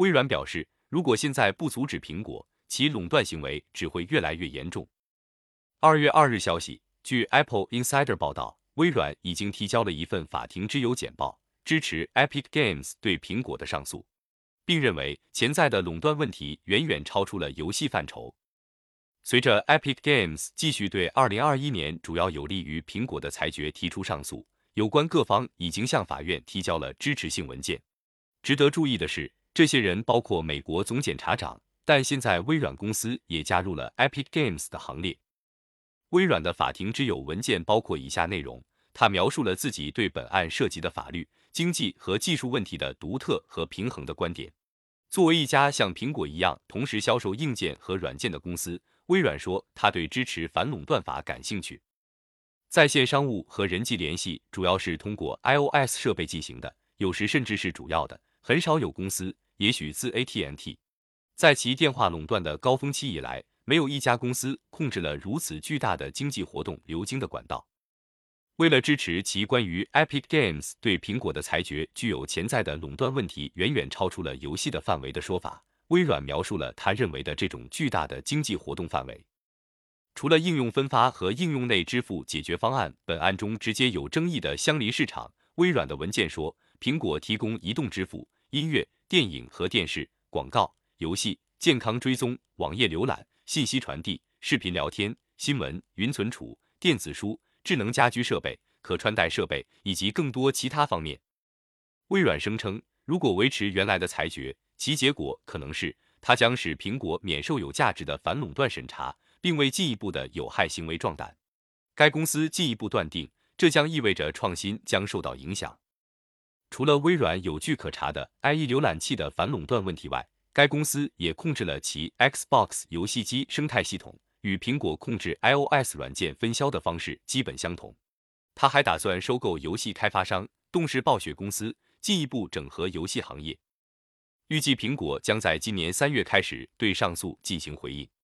微软表示，如果现在不阻止苹果，其垄断行为只会越来越严重。2月2日消息，据 Apple Insider 报道，微软已经提交了一份法庭之友简报，支持 Epic Games 对苹果的上诉，并认为潜在的垄断问题远远超出了游戏范畴。随着 Epic Games 继续对2021年主要有利于苹果的裁决提出上诉，有关各方已经向法院提交了支持性文件。值得注意的是，这些人包括美国总检察长，但现在微软公司也加入了 Epic Games 的行列。微软的法庭之友文件包括以下内容，它描述了自己对本案涉及的法律、经济和技术问题的独特和平衡的观点。作为一家像苹果一样同时销售硬件和软件的公司，微软说它对支持反垄断法感兴趣。在线商务和人际联系主要是通过 iOS 设备进行的，有时甚至是主要的，很少有公司，也许自 AT&T， 在其电话垄断的高峰期以来，没有一家公司控制了如此巨大的经济活动流经的管道。为了支持其关于 Epic Games 对苹果的裁决具有潜在的垄断问题远远超出了游戏的范围的说法，微软描述了他认为的这种巨大的经济活动范围。除了应用分发和应用内支付解决方案，本案中直接有争议的相邻市场，微软的文件说，苹果提供移动支付、音乐、电影和电视、广告、游戏、健康追踪、网页浏览、信息传递、视频聊天、新闻、云存储、电子书、智能家居设备、可穿戴设备以及更多其他方面。微软声称，如果维持原来的裁决，其结果可能是它将使苹果免受有价值的反垄断审查，并为进一步的有害行为壮胆。该公司进一步断定，这将意味着创新将受到影响。除了微软有据可查的 IE 浏览器的反垄断问题外，该公司也控制了其 Xbox 游戏机生态系统，与苹果控制 iOS 软件分销的方式基本相同。他还打算收购游戏开发商动视暴雪公司，进一步整合游戏行业。预计苹果将在今年3月开始对上诉进行回应。